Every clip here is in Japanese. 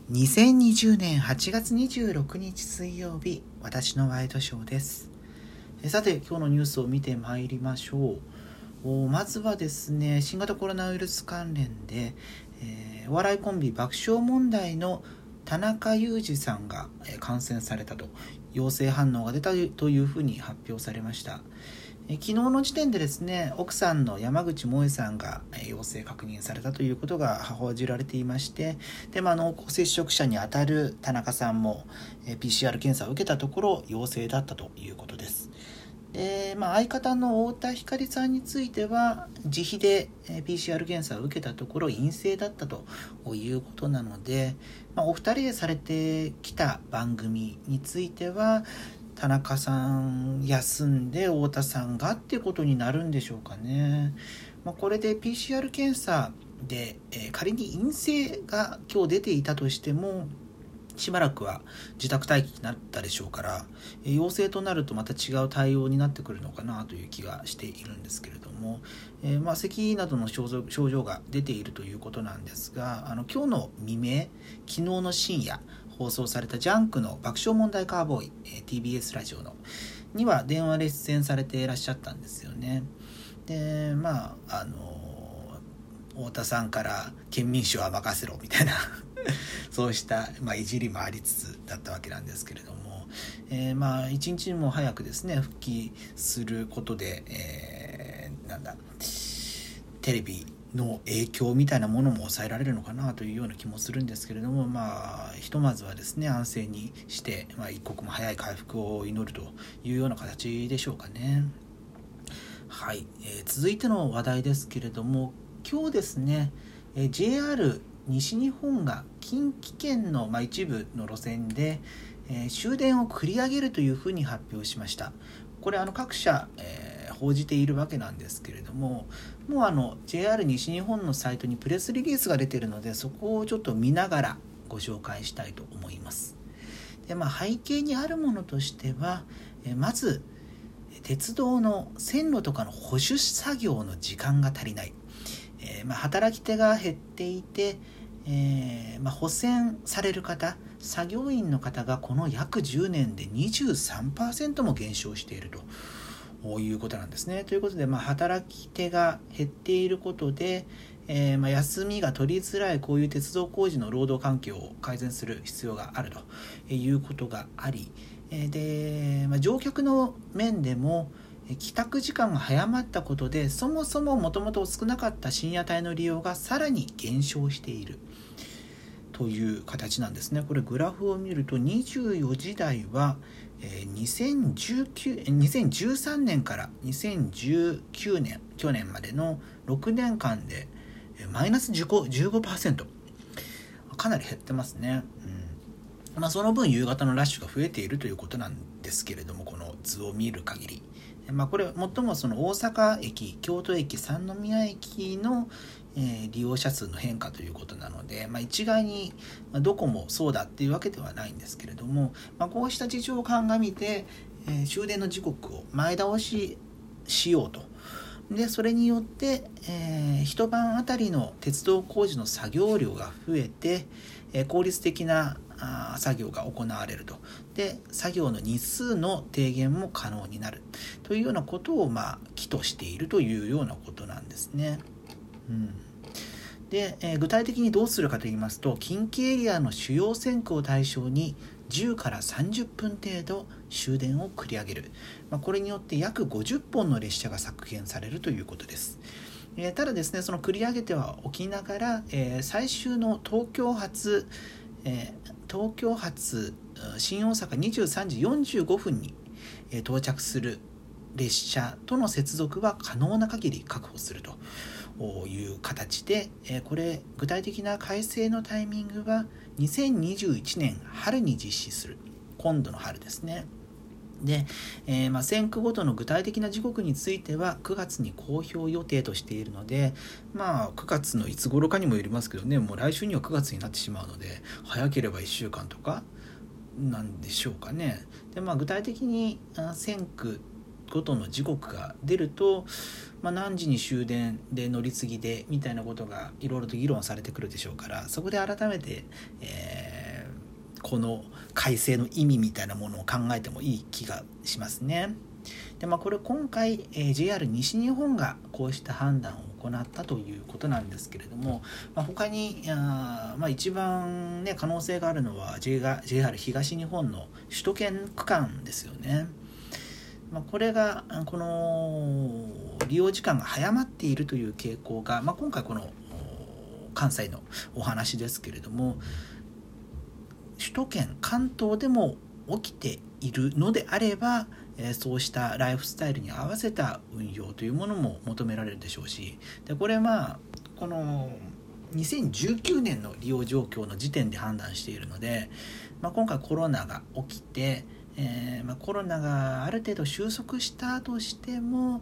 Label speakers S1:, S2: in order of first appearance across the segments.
S1: 2020年8月26日水曜日、私のワイドショーです。さて、今日のニュースを見てまいりましょう。まずはですね、新型コロナウイルス関連で、お笑いコンビ爆笑問題の田中裕二さんが感染されたと、陽性反応が出たというふうに発表されました。昨日の時点でですね、奥さんの山口萌さんが陽性確認されたということが報じられていまして、で、濃厚接触者にあたる田中さんも PCR 検査を受けたところ陽性だったということです。で、相方の太田光さんについては自費で PCR 検査を受けたところ陰性だったということなので、お二人でされてきた番組については田中さん休んで太田さんがっていうことになるんでしょうかね。これで PCR 検査で、仮に陰性が今日出ていたとしてもしばらくは自宅待機になったでしょうから、陽性となるとまた違う対応になってくるのかなという気がしているんですけれども、咳などの症状が出ているということなんですが、今日の未明、昨日の深夜放送されたジャンクの爆笑問題カーボーイ、TBS ラジオのには電話で出演されていらっしゃったんですよね。で、太田さんから県民賞は任せろみたいなそうした、いじりもありつつだったわけなんですけれども、一日も早くですね復帰することで、テレビの影響みたいなものも抑えられるのかなというような気もするんですけれども、ひとまずはですね安静にして、一刻も早い回復を祈るというような形でしょうかね。はい、続いての話題ですけれども、今日ですね、JR 西日本が近畿圏の、一部の路線で、終電を繰り上げるというふうに発表しました。これ各社、報じているわけなんですけれども、もうJR 西日本のサイトにプレスリリースが出ているので、そこをちょっと見ながらご紹介したいと思います。で、背景にあるものとしては、まず鉄道の線路とかの保守作業の時間が足りない、働き手が減っていて、補選される方、作業員の方がこの約10年で 23% も減少しているということなんですね。ということで、働き手が減っていることで、休みが取りづらいこういう鉄道工事の労働環境を改善する必要があるということがあり、で、乗客の面でも帰宅時間が早まったことで、そもそももともと少なかった深夜帯の利用がさらに減少しているという形なんですね。これグラフを見ると24時台は2013年から2019年去年までの6年間でマイナス 15%、 かなり減ってますね。その分夕方のラッシュが増えているということなんですけれども、この図を見る限り、これ最もその大阪駅、京都駅、三宮駅の利用者数の変化ということなので、一概にどこもそうだっていうわけではないんですけれども、こうした事情を鑑みて、終電の時刻を前倒ししようと。でそれによって、一晩あたりの鉄道工事の作業量が増えて、効率的な作業が行われると。で作業の日数の低減も可能になるというようなことを企図しているというようなことなんですね。で、具体的にどうするかといいますと、近畿エリアの主要線区を対象に10から30分程度終電を繰り上げる、これによって約50本の列車が削減されるということです。ただですね、その繰り上げてはおきながら、最終の東京発新大阪23時45分に到着する列車との接続は可能な限り確保するという形で、これ具体的な改正のタイミングは2021年春に実施する、今度の春ですね。で、線区ごとの具体的な時刻については9月に公表予定としているので、9月のいつ頃かにもよりますけどね、もう来週には9月になってしまうので、早ければ1週間とかなんでしょうかね。で、具体的に線区ごとの時刻が出ると、何時に終電で乗り継ぎでみたいなことがいろいろと議論されてくるでしょうから、そこで改めて、 この改正の意味みたいなものを考えてもいい気がしますね。で、これ今回、JR 西日本がこうした判断を行ったということなんですけれども、他に一番、可能性があるのは JR 東日本の首都圏区間ですよね。これがこの利用時間が早まっているという傾向が、今回この関西のお話ですけれども、首都圏関東でも起きているのであれば、そうしたライフスタイルに合わせた運用というものも求められるでしょうし、でこれこの2019年の利用状況の時点で判断しているので、今回コロナが起きて、コロナがある程度収束したとしても、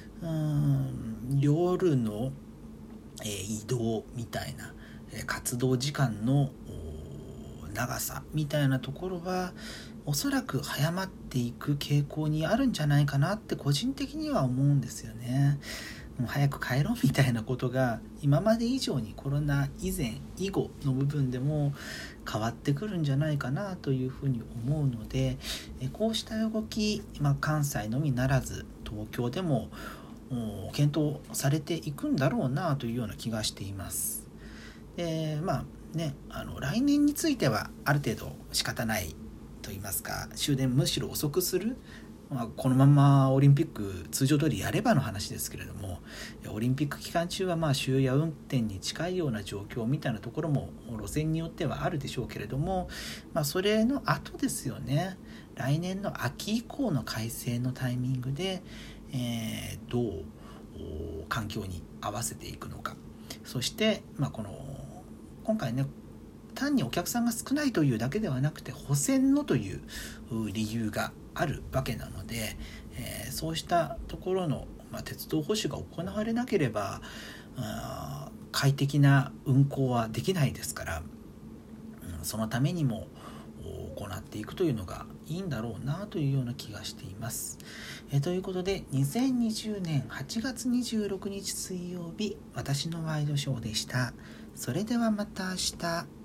S1: 夜の、移動みたいな活動時間の長さみたいなところはおそらく早まっていく傾向にあるんじゃないかなって個人的には思うんですよね。もう早く帰ろうみたいなことが今まで以上にコロナ以前以後の部分でも変わってくるんじゃないかなというふうに思うので、こうした動き、関西のみならず東京でも検討されていくんだろうなというような気がしています。で来年についてはある程度仕方ないと言いますか、終電むしろ遅くする、このままオリンピック通常通りやればの話ですけれども、オリンピック期間中は終夜運転に近いような状況みたいなところも路線によってはあるでしょうけれども、それの後ですよね。来年の秋以降の改正のタイミングで、どう環境に合わせていくのか、そして今回ね、単にお客さんが少ないというだけではなくて補選のという理由があるわけなので、そうしたところの、鉄道保守が行われなければ快適な運行はできないですから、そのためにも行っていくというのがいいんだろうなというような気がしています。ということで2020年8月26日水曜日、私のワイドショーでした。それではまた明日。